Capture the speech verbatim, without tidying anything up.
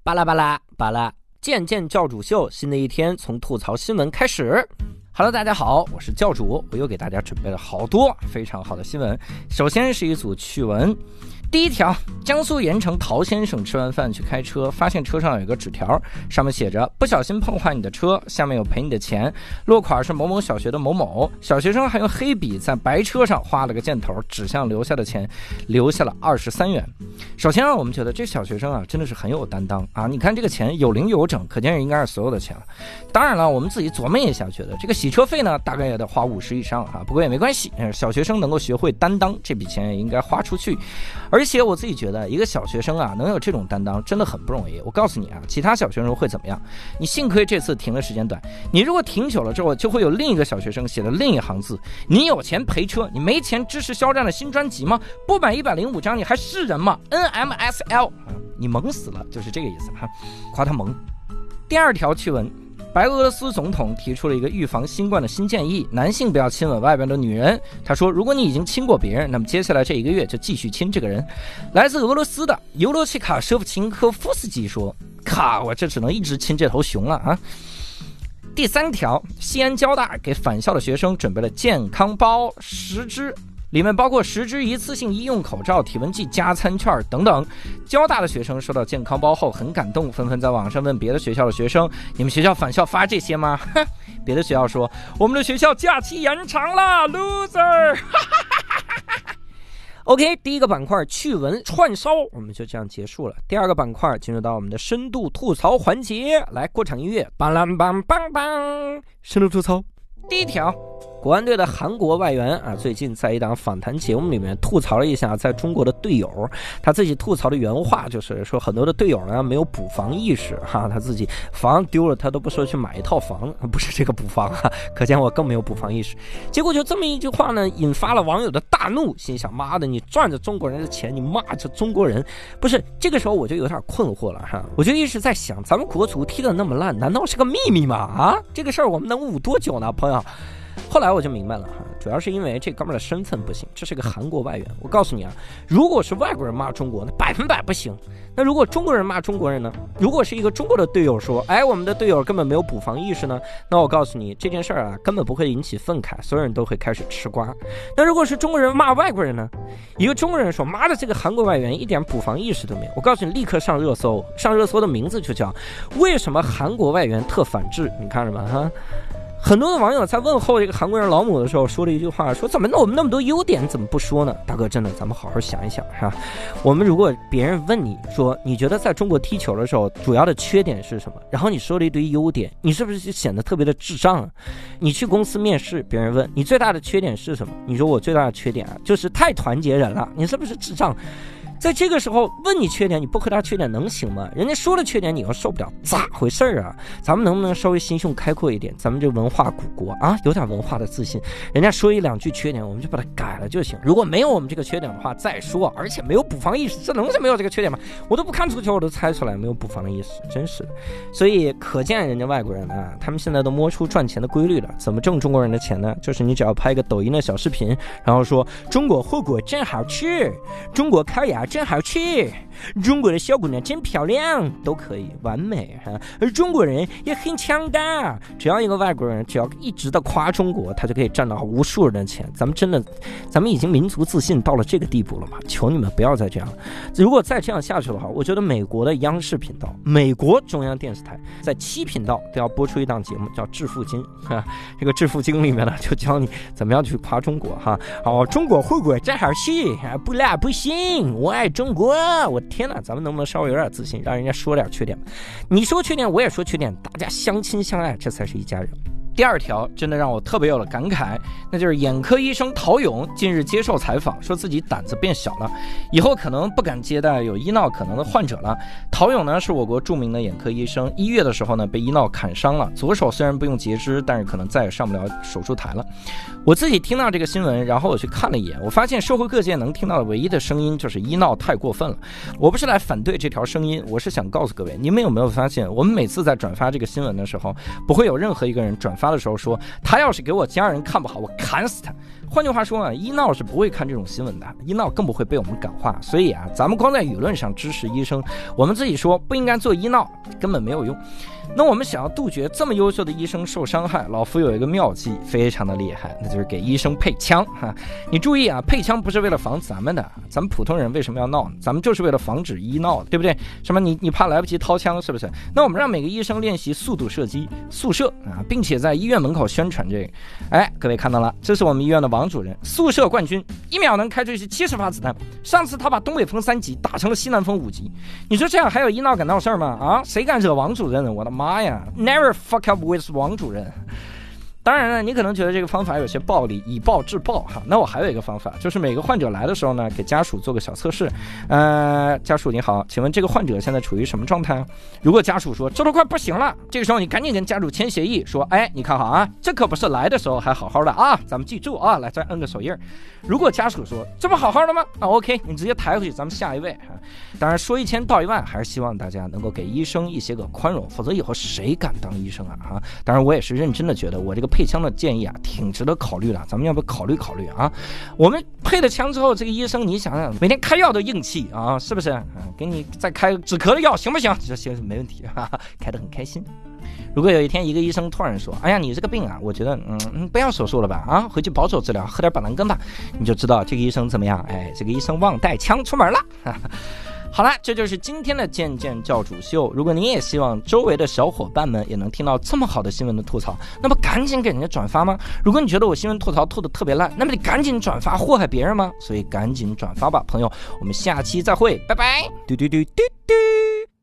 巴拉巴拉巴拉，健健教主秀，新的一天从吐槽新闻开始。Hello， 大家好，我是教主，我又给大家准备了好多非常好的新闻。首先是一组趣闻。第一条，江苏盐城陶先生吃完饭去开车，发现车上有一个纸条，上面写着不小心碰坏你的车，下面有赔你的钱，落款是某某小学的某某。小学生还用黑笔在白车上画了个箭头，指向留下的钱，留下了二十三元。首先啊，我们觉得这小学生啊真的是很有担当啊！你看这个钱有零有整，可见是应该是所有的钱了。当然了，我们自己琢磨一下，觉得这个洗车费呢大概也得花五十以上啊，不过也没关系，小学生能够学会担当，这笔钱也应该花出去。而且我自己觉得一个小学生啊能有这种担当真的很不容易。我告诉你啊，其他小学生会怎么样？你幸亏这次停的时间短，你如果停久了之后，就会有另一个小学生写的另一行字：你有钱赔车，你没钱支持肖战的新专辑吗？不买一百零五张你还是人吗？ N M S L， 你萌死了，就是这个意思哈，夸他萌。第二条趣闻，白俄罗斯总统提出了一个预防新冠的新建议，男性不要亲吻外边的女人。他说，如果你已经亲过别人，那么接下来这一个月就继续亲这个人。来自俄罗斯的尤罗契卡舍夫琴科夫斯基说，卡，我这只能一直亲这头熊了啊。第三条，西安交大给返校的学生准备了健康包十只，里面包括十支一次性医用口罩、体温计、加餐券等等。交大的学生收到健康包后很感动，纷纷在网上问别的学校的学生，你们学校返校发这些吗？别的学校说，我们的学校假期延长了 loser。 OK， 第一个板块趣闻串烧我们就这样结束了。第二个板块进入到我们的深度吐槽环节，来过场音乐，梆啷梆梆梆，深度吐槽。第一条，国安队的韩国外援啊，最近在一档访谈节目里面吐槽了一下在中国的队友，他自己吐槽的原话就是说，很多的队友呢没有补防意识哈，他自己房丢了他都不说去买一套房，不是这个补房哈，可见我更没有补防意识。结果就这么一句话呢，引发了网友的大怒，心想妈的，你赚着中国人的钱，你骂着中国人，不是？这个时候我就有点困惑了哈，我就一直在想，咱们国足踢得那么烂，难道是个秘密吗？啊，这个事儿我们能捂多久呢，朋友？后来我就明白了哈，主要是因为这哥们儿的身份不行，这是个韩国外援。我告诉你啊，如果是外国人骂中国，那百分百不行。那如果中国人骂中国人呢？如果是一个中国的队友说，哎，我们的队友根本没有补防意识呢，那我告诉你，这件事儿啊，根本不会引起愤慨，所有人都会开始吃瓜。那如果是中国人骂外国人呢？一个中国人说，妈的，这个韩国外援一点补防意识都没有。我告诉你，立刻上热搜，上热搜的名字就叫为什么韩国外援特反制？你看着吧哈。很多的网友在问候这个韩国人老母的时候说了一句话，说怎么我们那么多优点怎么不说呢？大哥，真的咱们好好想一想是吧？我们如果别人问你说你觉得在中国踢球的时候主要的缺点是什么，然后你说了一堆优点，你是不是就显得特别的智障啊？你去公司面试，别人问你最大的缺点是什么，你说我最大的缺点啊就是太团结人了，你是不是智障？在这个时候问你缺点，你不回答缺点能行吗？人家说了缺点你又受不了，咋回事啊？咱们能不能稍微心胸开阔一点？咱们这文化古国啊，有点文化的自信，人家说一两句缺点我们就把它改了就行。如果没有我们这个缺点的话再说，而且没有补防意识，这能是没有这个缺点吗？我都不看足球我都猜出来没有补防的意识，真是的。所以可见人家外国人啊，他们现在都摸出赚钱的规律了。怎么挣中国人的钱呢？就是你只要拍一个抖音的小视频，然后说中国火锅真好吃，中国烤鸭真好吃，中国的小姑娘真漂亮，都可以完美哈。而中国人也很强大，只要一个外国人只要一直的夸中国，他就可以赚到无数人的钱。咱们真的，咱们已经民族自信到了这个地步了吗？求你们不要再这样了。如果再这样下去的话，我觉得美国的央视频道、美国中央电视台在七频道都要播出一档节目叫《致富经》哈。这个《致富经》里面呢，就教你怎么样去夸中国哈。哦，中国火锅真好吃，不辣不行，我爱中国。我天哪，咱们能不能稍微有点自信，让人家说点缺点？你说缺点，我也说缺点，大家相亲相爱，这才是一家人。第二条真的让我特别有了感慨，那就是眼科医生陶勇近日接受采访，说自己胆子变小了，以后可能不敢接待有医闹可能的患者了。陶勇呢是我国著名的眼科医生，一月的时候呢被医闹砍伤了，左手虽然不用截肢，但是可能再也上不了手术台了。我自己听到这个新闻，然后我去看了一眼，我发现社会各界能听到的唯一的声音就是医闹太过分了。我不是来反对这条声音，我是想告诉各位，你们有没有发现，我们每次在转发这个新闻的时候，不会有任何一个人转发发的时候说，他要是给我家人看不好，我砍死他。换句话说啊，医闹是不会看这种新闻的，医闹更不会被我们感化。所以啊，咱们光在舆论上支持医生，我们自己说不应该做医闹，根本没有用。那我们想要杜绝这么优秀的医生受伤害，老夫有一个妙计，非常的厉害，那就是给医生配枪哈。你注意啊，配枪不是为了防咱们的，咱们普通人为什么要闹呢？咱们就是为了防止医闹，对不对？什么你你怕来不及掏枪，是不是？那我们让每个医生练习速度射击、速射啊，并且在医院门口宣传这个。哎，各位看到了，这是我们医院的王主任，速射冠军，一秒能开出去七十发子弹。上次他把东北风三级打成了西南风五级，你说这样还有医闹敢闹事儿吗？啊，谁敢惹王主任呢？我的妈呀 ，Never fuck up with 王主任。当然了，你可能觉得这个方法有些暴力，以暴制暴哈。那我还有一个方法，就是每个患者来的时候呢，给家属做个小测试。呃，家属你好，请问这个患者现在处于什么状态？如果家属说这都快不行了，这个时候你赶紧跟家属签协议，说，哎，你看好啊，这可不是来的时候还好好的啊，咱们记住啊，来再摁个手印。如果家属说这不好好的吗？那 OK， 你直接抬回去，咱们下一位啊。当然说一千道一万，还是希望大家能够给医生一些个宽容，否则以后谁敢当医生啊？啊，当然我也是认真的觉得我这个配枪的建议啊，挺值得考虑的，咱们要不考虑考虑啊？我们配了枪之后，这个医生你想想，每天开药都硬气啊，是不是？啊，给你再开止咳的药行不行？这行没问题，哈哈，开得很开心。如果有一天一个医生突然说，哎呀，你这个病啊，我觉得嗯不要手术了吧，啊，回去保守治疗，喝点板蓝根吧，你就知道这个医生怎么样？哎，这个医生忘带枪出门了。哈哈，好了，这就是今天的健健教主秀。如果您也希望周围的小伙伴们也能听到这么好的新闻的吐槽，那么赶紧给人家转发吗？如果你觉得我新闻吐槽吐得特别烂，那么你赶紧转发祸害别人吗？所以赶紧转发吧，朋友，我们下期再会，拜拜。嘟嘟嘟嘟嘟。